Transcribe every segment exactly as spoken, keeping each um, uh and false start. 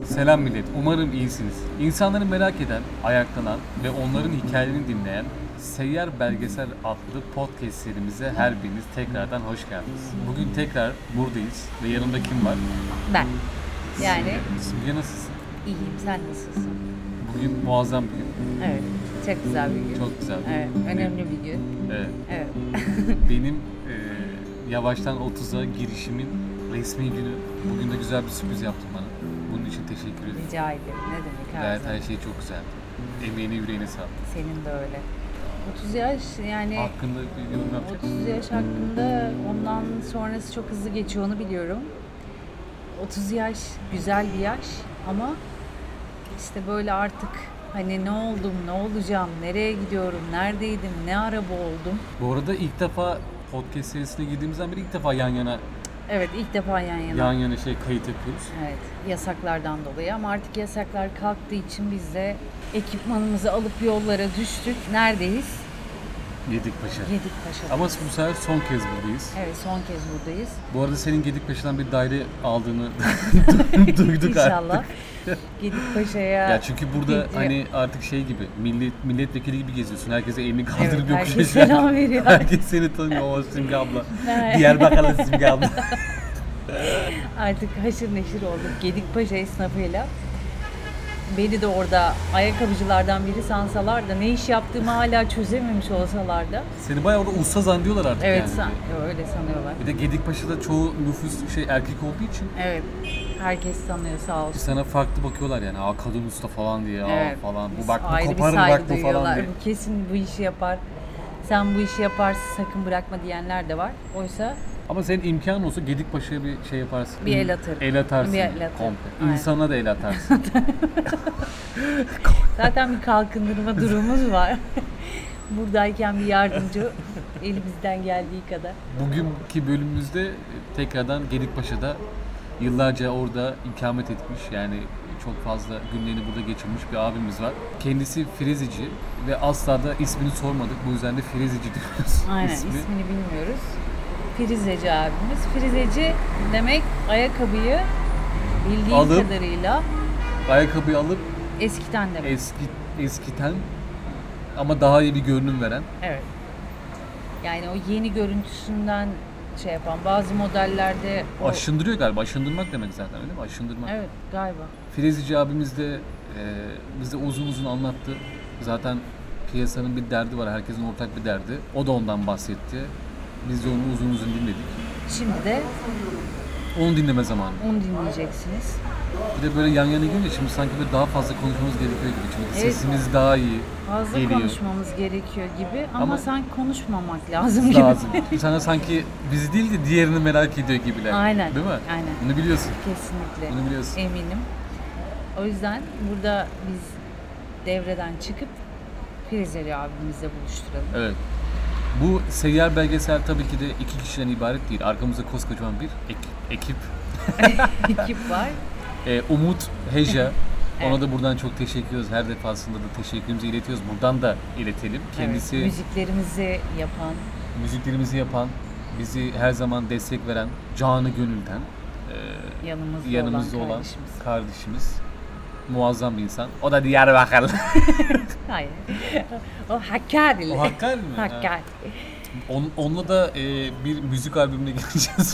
Selam millet, umarım iyisiniz. İnsanları merak eden, ayaklanan ve onların hikayelerini dinleyen Seyyar Belgesel adlı podcast serimize her biriniz tekrardan hoş geldiniz. Bugün tekrar buradayız ve yanımda kim var? Ben. Yani Simge nasılsın? iyiyim, sen nasılsın? Bugün muazzam bir gün. Evet, çok güzel bir gün. Çok güzel bir Evet, gün. önemli bir gün. Evet. Evet. Benim e, yavaştan otuza girişimin resmi günü. Bugün de güzel bir sürpriz yaptın bana. Bunun için teşekkür ederim. Rica ederim. Ne demek her Gayet zaman. her şey çok güzeldi. Emeğine yüreğine sağlık. Senin de öyle. otuz yaş yani Hakkında bir yorum yapacak mısın? otuz yaş hakkında ondan sonrası çok hızlı geçiyor onu biliyorum. otuz yaş güzel bir yaş ama işte böyle artık hani ne oldum, ne olacağım, nereye gidiyorum, neredeydim, ne araba oldum. Bu arada ilk defa podcast serisine girdiğimizden beri ilk defa yan yana Evet, ilk defa yan yana. yan yana şey kayıt yapıyoruz. Evet, yasaklardan dolayı ama artık yasaklar kalktığı için biz de ekipmanımızı alıp yollara düştük. Neredeyiz? Gedikpaşa. Gedikpaşa'da. Ama bu sefer son kez buradayız. Evet, son kez buradayız. Bu arada senin Gedikpaşa'dan bir daire aldığını duyduk İnşallah. artık. Gedikpaşa'ya Ya çünkü burada gidiyor. hani artık şey gibi, millet milletvekili gibi geziyorsun. Herkese elini kaldırıp Evet, yokuş herkes aşağı. selam veriyor. Herkes seni tanıyor. O Simge abla. Diyarbakırlı Simge abla. Artık haşır neşir olduk Gedikpaşa esnafıyla. Beni de orada ayakkabıcılardan biri sansalar da ne iş yaptığımı hala çözememiş olsalar da. Seni bayağı orada usta zannediyorlar artık Evet, yani. san, öyle sanıyorlar. Bir de Gedikpaşa'da çoğu nüfus şey erkek olduğu için Evet, herkes sanıyor sağ olsun. sana farklı bakıyorlar yani. Aa kadın usta falan diye. Aa Evet, falan. biz Bu bak bu ayrı bir koparır saygı bak bu falan duyuyorlar. diye. Bu kesin bu işi yapar. Sen bu işi yaparsın sakın bırakma diyenler de var. Oysa Ama senin imkanın olsa Gedikpaşa'ya bir şey yaparsın. Bir el atarım. El atarsın. Bir el atarım. Komple. Aynen. İnsana da el atarsın. zaten bir kalkındırma durumumuz var. Buradayken bir yardımcı elimizden geldiği kadar. Bugünkü bölümümüzde tekrardan Gedikpaşa'da yıllarca orada ikamet etmiş yani çok fazla günlerini burada geçirmiş bir abimiz var. Kendisi Frezici ve asla da ismini sormadık. Bu yüzden de Frezici diyoruz. Aynen ismi. ismini bilmiyoruz. Frizeci abimiz. Frizeci demek ayakkabıyı bildiğim Alıp- kadarıyla Ayakkabıyı alıp eskiden demek. eski eskiten ama daha iyi bir görünüm veren. Evet. Yani o yeni görüntüsünden şey yapan bazı modellerde o... Aşındırıyor galiba. Aşındırmak demek zaten öyle mi? Aşındırmak. Evet galiba. Frezici abimiz de e, bize uzun uzun anlattı. Zaten piyasanın bir derdi var. Herkesin ortak bir derdi. O da ondan bahsetti. Biz de onu uzun uzun dinledik. Şimdi de Onu dinleme zamanı. onu dinleyeceksiniz. Bir de böyle yan yana gelince şimdi sanki böyle daha fazla konuşmamız gerekiyor gibi. Çünkü Evet. sesimiz daha iyi Fazla geliyor. konuşmamız gerekiyor gibi ama, Ama- sanki konuşmamak lazım gibi. Lazım. Sana sanki bizi değil de diğerini merak ediyor gibiler. Aynen, Değil mi? aynen. Bunu biliyorsun. Kesinlikle. Bunu biliyorsun. Eminim. O yüzden burada biz devreden çıkıp Frizeli abimizle buluşturalım. Evet. Bu seyyar belgesel tabii ki de iki kişiden ibaret değil. Arkamızda koskocaman bir ek- ekip. Ekip var. Ee, Umut Heja. Ona Evet. da buradan çok teşekkür ediyoruz. Her defasında da teşekkürümüzü iletiyoruz. Buradan da iletelim. Kendisi Evet, müziklerimizi yapan, müziklerimizi yapan, bizi her zaman destek veren, canı gönülden e, yanımızda, yanımızda olan, olan kardeşimiz. kardeşimiz. Muazzam bir insan. O da Diyarbakırlı. Hayır. o Hakkari'li. O Hakkari mi? Ha. Hakkari. On, onunla da e, bir müzik albümüne geleceğiz.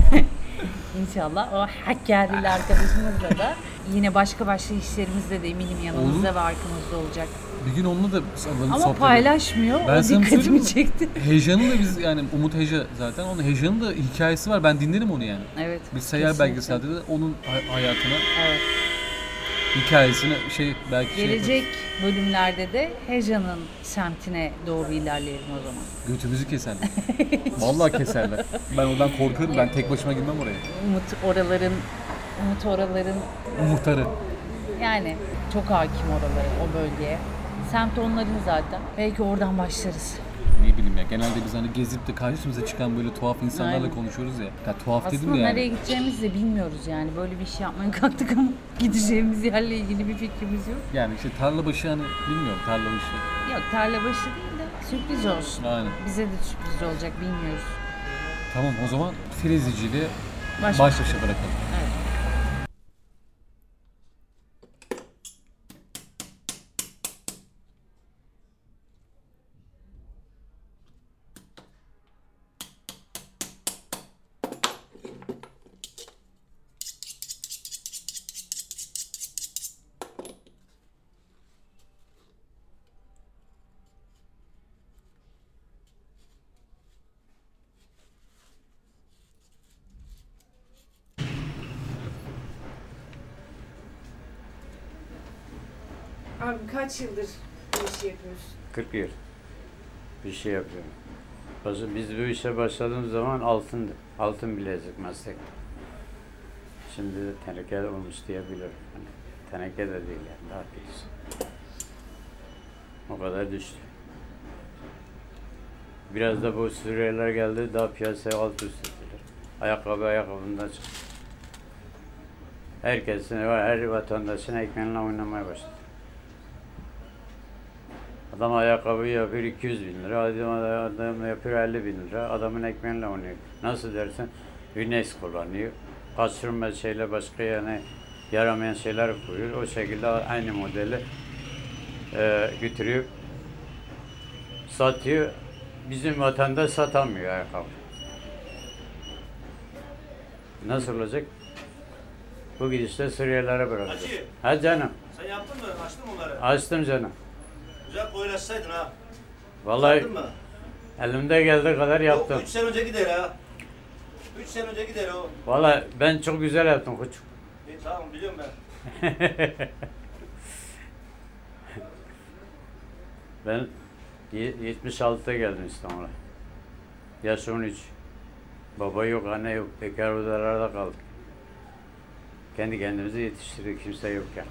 İnşallah o Hakkari'li arkadaşımızla da yine başka başka işlerimizde de eminim yanımızda Olur. ve arkamızda olacak. Bir gün onunla da alalım Ama sohbet edelim. paylaşmıyor. Ben o sana bir dikkatimi söyleyeyim mi? çekti. Heyecan'ın da biz yani Umut Heja zaten onun Heyecan'ın da hikayesi var. Ben dinlerim onu yani. Evet. Biz seyyar kesinlikle. belgeselde de onun hay- hayatına, Evet. hikayesine şey belki şey Gelecek bölümlerde de Heja'nın semtine doğru ilerleyelim o zaman. götümüzü keserler. Vallahi keserler. Ben oradan korkarım. Ben tek başıma girmem oraya. Umut oraların Umut oraların Muhtarı. yani çok hakim oralara, o bölgeye. Semt onların zaten. Belki oradan başlarız. Ne bileyim ya. Genelde biz hani gezip de karşımıza çıkan böyle tuhaf insanlarla Aynen. konuşuyoruz ya. Ya tuhaf Aslında dedim de yani. nereye gideceğimizi de bilmiyoruz yani. Böyle bir şey yapmaya kalktık ama gideceğimiz yerle ilgili bir fikrimiz yok. Yani işte Tarlabaşı hani bilmiyorum Tarlabaşı. Yok tarlabaşı değil de sürpriz olsun. Aynen. Bize de sürpriz olacak bilmiyoruz. Tamam o zaman Frezici ile Baş baş başa bırakalım. Evet. Abi kaç yıldır bu işi yapıyorsun? kırk yıl bir şey yapıyorum. Baş- Biz bu işe başladığımız zaman altındı. Altın bilezik meslek. Şimdi de teneke olmuş diyebilirim. Hani teneke de değil yani, daha kötüsü. O kadar düştü. Biraz da bu Suriyeliler geldi, daha piyasaya alt üst ettiler. Ayakkabı ayakkabından çıktı. Herkesin, her vatandaşın ekmeğiyle oynamaya başladı. Adam ayakkabı yapıyor iki yüz bin lira, adam, adam yapıyor elli bin lira, adamın ekmeğiyle oynuyor. Nasıl dersen, Güneş kullanıyor. Kaçırılmaz şeyler başka yani yaramayan şeyler koyuyor. O şekilde aynı modeli e, götürüyor, satıyor. Bizim vatandaş satamıyor ayakkabı. Nasıl olacak? Bu gidişte Suriyelilere bırakacak. Hacı. Ha canım, Sen yaptın mı? Açtın mı onları? açtım canım. Güzel koyulaşsaydın ha. Vallahi Yaptın mı? elimde geldiği kadar yaptım. Yok, üç sene önce gider ha. Üç sene önce gider o. Vallahi ben çok güzel yaptım koç. E, tamam biliyorum ben. Ben ye- yetmiş altıda geldim İstanbul'a. Yaş on üç. Baba yok, anne yok. Bekar odalarda kaldık. Kendi kendimizi yetiştirdik, kimse yok ya.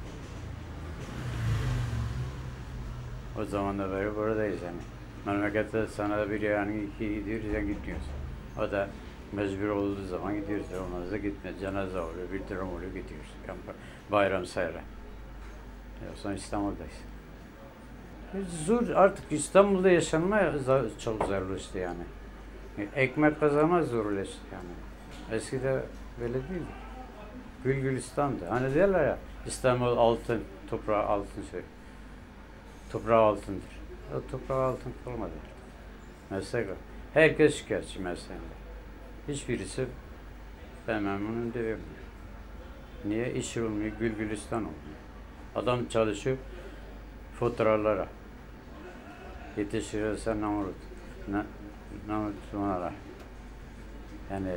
O zamandan beri buradayız yani. Memlekette sana da bir yani iki gidiyoruz, sen gitmiyorsun. O da mecbur olduğu zaman gidiyoruz. Olmaz da gitme. Cenaze oluyor, bir durum oluyor, gidiyoruz. Kampa- Bayram sayra. Yoksa İstanbul'dayız. Zor artık İstanbul'da yaşanma za- çok zorlaştı yani. Ekmek kazanma zorlaştı yani. Eskide böyle değildi. Gül Gülistan'dı. Hani derler ya İstanbul altın, toprağı altın şey. Toprağı altındır. O toprağı altın olmadı. Meslek o. Herkes şikayetçi mesleğinde. Hiçbirisi ben memnunum diyemiyor. Niye? İş olmuyor, Gül Gülistan olmuyor. Adam çalışıyor fotoğraflara. Yetiştirirse namurut. Na, namurut onlara. Yani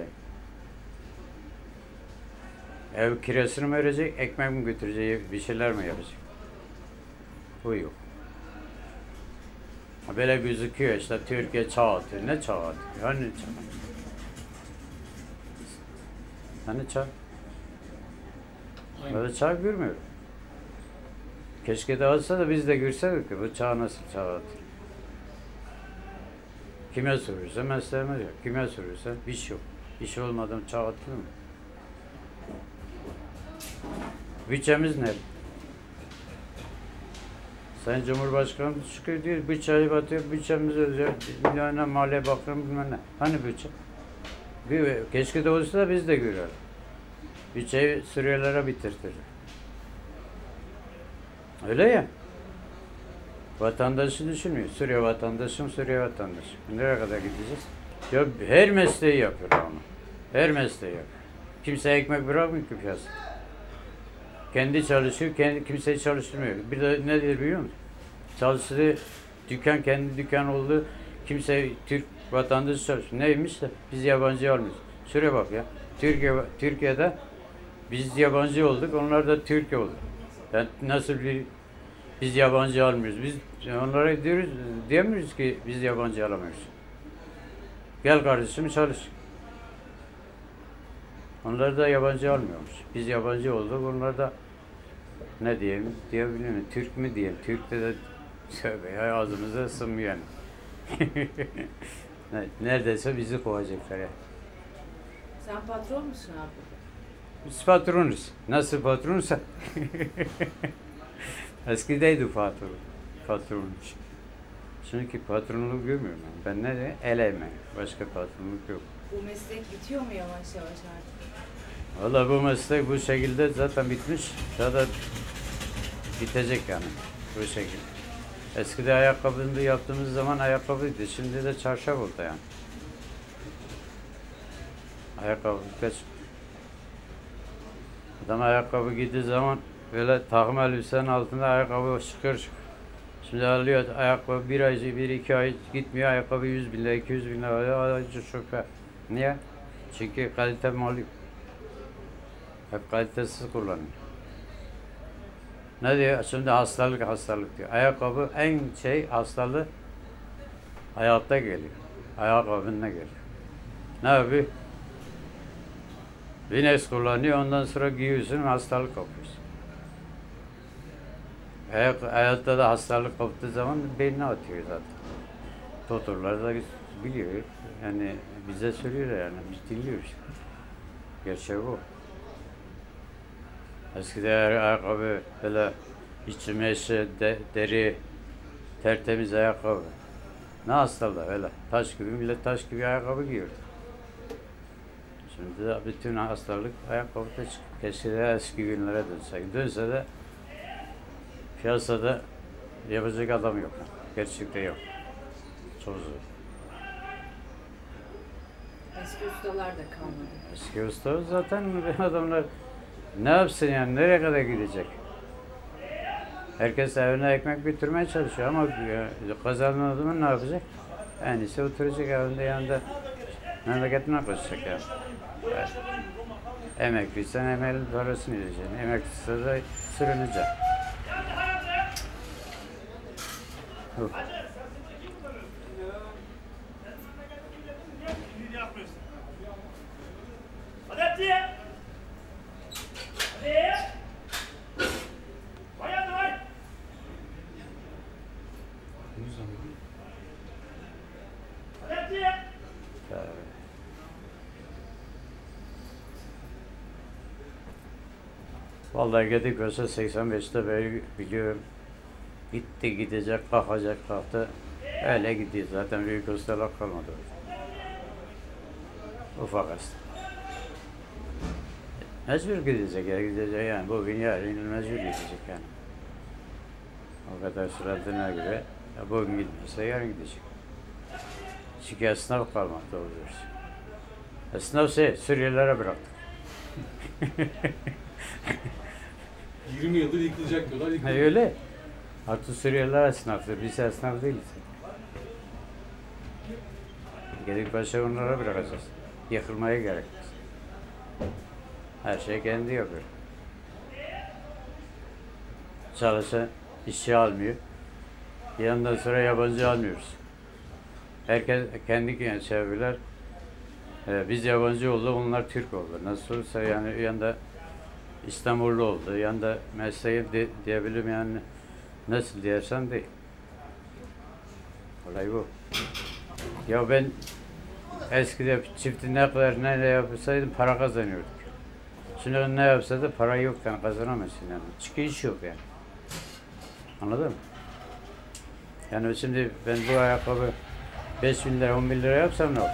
ev kirasını mı verecek, ekmek mi götürecek, bir şeyler mi yapacak? Bu yok. Ha, böyle gözüküyor işte Türkiye çağ atıyor. Ne çağ atıyor? Hani çağ? Hani çağ? Aynen. Böyle çağ görmüyorum. Keşke de olsa da biz de görseydik ki bu çağ nasıl çağ atıyor. Kime soruyorsa mesleğimiz yok. Kime soruyorsa iş yok. İş olmadan çağ atıyor mu? Bütçemiz ne? Sayın Cumhurbaşkanı çıkıyor diyor, bütçeyi batıyor, bütçemiz özel, milyona maliye bakanı bilmem ne. Hani bütçe? Bir, keşke de olsa da biz de görelim. Bütçeyi Suriyelilere bitirtir. Öyle ya. Vatandaşı düşünmüyor. Suriye vatandaşım, Suriye vatandaşım. Nereye kadar gideceğiz? Ya her mesleği yapıyor ama. Her mesleği yapıyor. Kimse ekmek bırakmıyor ki piyasada. Kendi çalışıyor, kendi kimseyi çalıştırmıyor. Bir de ne diyor biliyor musun? Çalıştığı dükkan kendi dükkan oldu. Kimse Türk vatandaşı çalışıyor. Neymiş de biz yabancı almıyoruz. Şuraya bak ya. Türkiye Türkiye'de biz yabancı olduk, onlar da Türkiye oldu. Yani nasıl bir biz yabancı almıyoruz. Biz onlara diyoruz, diyemiyoruz ki biz yabancı alamıyoruz. Gel kardeşim çalış. Onlar da yabancı almıyormuş. Biz yabancı olduk, onlar da ne diyelim, diyebilir mi? Türk mü diyelim? Türk de de tövbe ya ağzımıza sığmıyor yani. Ne- Neredeyse bizi kovacaklar ya. Sen patron musun abi? Biz patronuz. Nasıl patronsa. Eskideydi patron. Patron için. Şimdiki patronluğu görmüyorum ben. Ben ne de el emeği. Başka patronluk yok. Bu meslek bitiyor mu yavaş yavaş artık? Valla bu meslek bu şekilde zaten bitmiş. Daha da bitecek yani bu şekilde. Eskide ayakkabını yaptığımız zaman ayakkabıydı. Şimdi de çarşaf oldu yani. Ayakkabı kaç. Adam ayakkabı giydiği zaman böyle takım elbisenin altında ayakkabı şıkır şıkır. Şimdi alıyor ayakkabı bir ay, bir iki ay gitmiyor ayakkabı yüz bin lira, iki yüz bin lira alıyor. Şoka. Niye? Çünkü kalite mal yok. Hep kalitesiz kullanıyor. Ne diyor? Şimdi hastalık hastalık diyor. Ayakkabı en şey hastalığı hayatta geliyor. Ayakkabında geliyor. Ne yapıyor? Vines kullanıyor, ondan sonra giyiyorsun, hastalık kapıyorsun. Ayak, hayatta da hastalık kaptığı zaman beynine atıyor zaten. Doktorlar da biliyor. Yani bize söylüyorlar yani, biz dinliyoruz. Gerçek bu. Eskiden ayakkabı böyle içi meşe, de, deri, tertemiz ayakkabı. Ne hastalığı öyle. Taş gibi, millet taş gibi ayakkabı giyiyordu. Şimdi de bütün hastalık ayakkabıda çıkıyor. Keşke de eski günlere dönse. Dönse de piyasada yapacak adam yok. Gerçekten yok. Çok zor. Eski ustalar da kalmadı. Eski usta zaten adamlar ne yapsın yani, nereye kadar gidecek? Herkes evine ekmek götürmeye çalışıyor ama kazanan adamın ne yapacak? En iyisi oturacak evinde yanında memleketine koşacak yani. Yani emekliysen emeğin parasını yiyeceksin, emekliyse de sürünecek. Uf. Hadi hadi. Hadi. Vay hadi vay. Hadi hadi. Vallahi Gediköy'se seksen beşte beri biliyorum. Gitti gidecek, kalkacak kalktı. Öyle gidiyor zaten, büyük ustalar kalmadı. Ufak hasta. Mecbur gidecek ya, gidecek yani. Bugün yarın mecbur gidecek yani. O kadar süratine göre ya bugün gitmezse yarın gidecek. Çünkü esnaf kalmadı doğru diyorsun. Esnaf şey, Suriyelilere bıraktık. yirmi yıldır yıkılacak diyorlar. Ha, Yıkılıyor. öyle. Artık Suriyeliler esnaftır, biz esnaf değiliz. Gelip başa onlara bırakacağız. Yıkılmaya gerekmez. Her şey kendi yapıyor. Çalışan işçi almıyor. Bir yandan sonra yabancı almıyoruz. Herkes kendi kendine çeviriler. Ee, biz yabancı oldu, onlar Türk oldu. Nasıl olsa yani bir yanda İstanbullu oldu, yanda mesleği de, diyebilirim yani nasıl diyersen değil. Olay bu. Ya ben eskide çifti ne kadar ne, ne yapsaydım para kazanıyorduk. Şimdi ne yapsa da para yok yani, kazanamazsın yani. Çünkü iş yok yani. Anladın mı? Yani şimdi ben bu ayakkabı beş bin lira, on bin lira yapsam ne olur?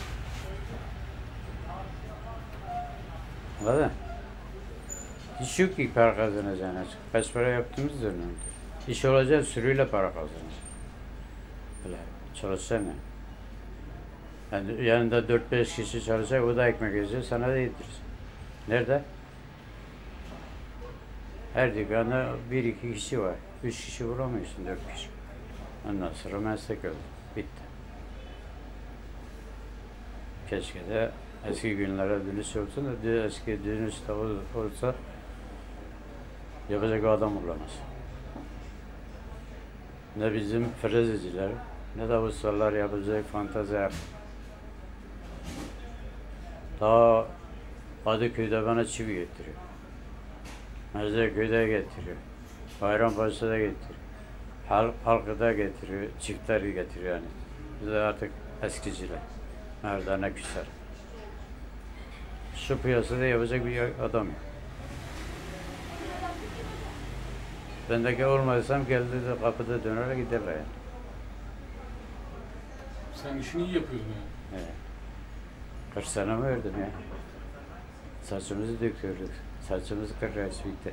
Anladın mı? İş yok ki para kazanacağına. Kaç para yaptığımız da önemli. İş olacak, sürüyle para kazanacak. Böyle çalışsana. Yani yanında dört beş kişi çalışacak, o da ekmek yiyecek, sana da yedirir. Nerede? Her dükkanda bir iki kişi var. Üç kişi vuramıyorsun, dört kişi. Ondan sonra meslek öldü. Bitti. Keşke de eski günlere dönüş olsun da eski dönüş de olsa yapacak adam olamaz. Ne bizim frezeciler ne de ustalar yapacak fantezi yap. Daha Kadıköy'de bana çivi getiriyor. Mezdeköy'de getiriyor. Bayrampaşa'da getiriyor. Halk, halkıda getiriyor, çiftleri getiriyor yani. Biz de artık eskiciler. Merdane küser. Şu piyasada yapacak bir adam yok. Bendeki olmaysam geldi de kapıda döner giderler yani. Sen işini iyi yapıyordun yani. Evet. Kaç sene mi verdim ya? Saçımızı döküyoruz. Saçımızı kırıyoruz bitti.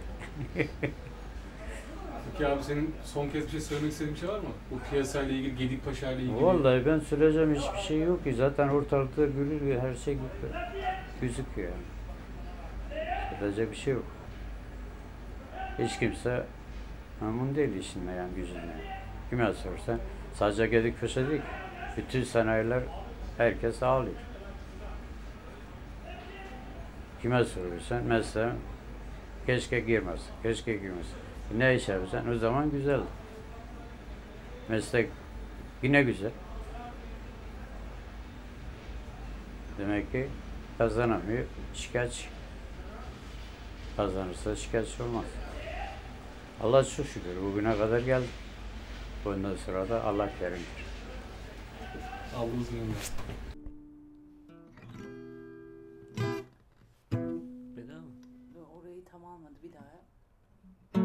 Peki abi senin son kez bir şey söylemek istediğin bir şey var mı? Bu piyasayla ilgili, Gedikpaşa ile ilgili. Vallahi ben söyleyeceğim hiçbir şey yok ki. Zaten ortalıkta gülür her şey gözüküyor yani. Söyleyecek bir şey yok. Hiç kimse memnun değil işinden yani gücünden. Kime sorsan sadece Gedikpaşa değil. Bütün sanayiler herkes ağlıyor. Kime soruyorsan mesela keşke girmez, keşke girmez. Ne iş yapacaksın? O zaman güzeldi. Meslek yine güzel. Demek ki kazanamıyor, şikayetçi. Kazanırsa şikayetçi olmaz. Allah çok şükür bugüne kadar geldik. Bundan sonra da Allah kerimdir. Allah uzun ömür versin. Orayı tam almadı bir daha.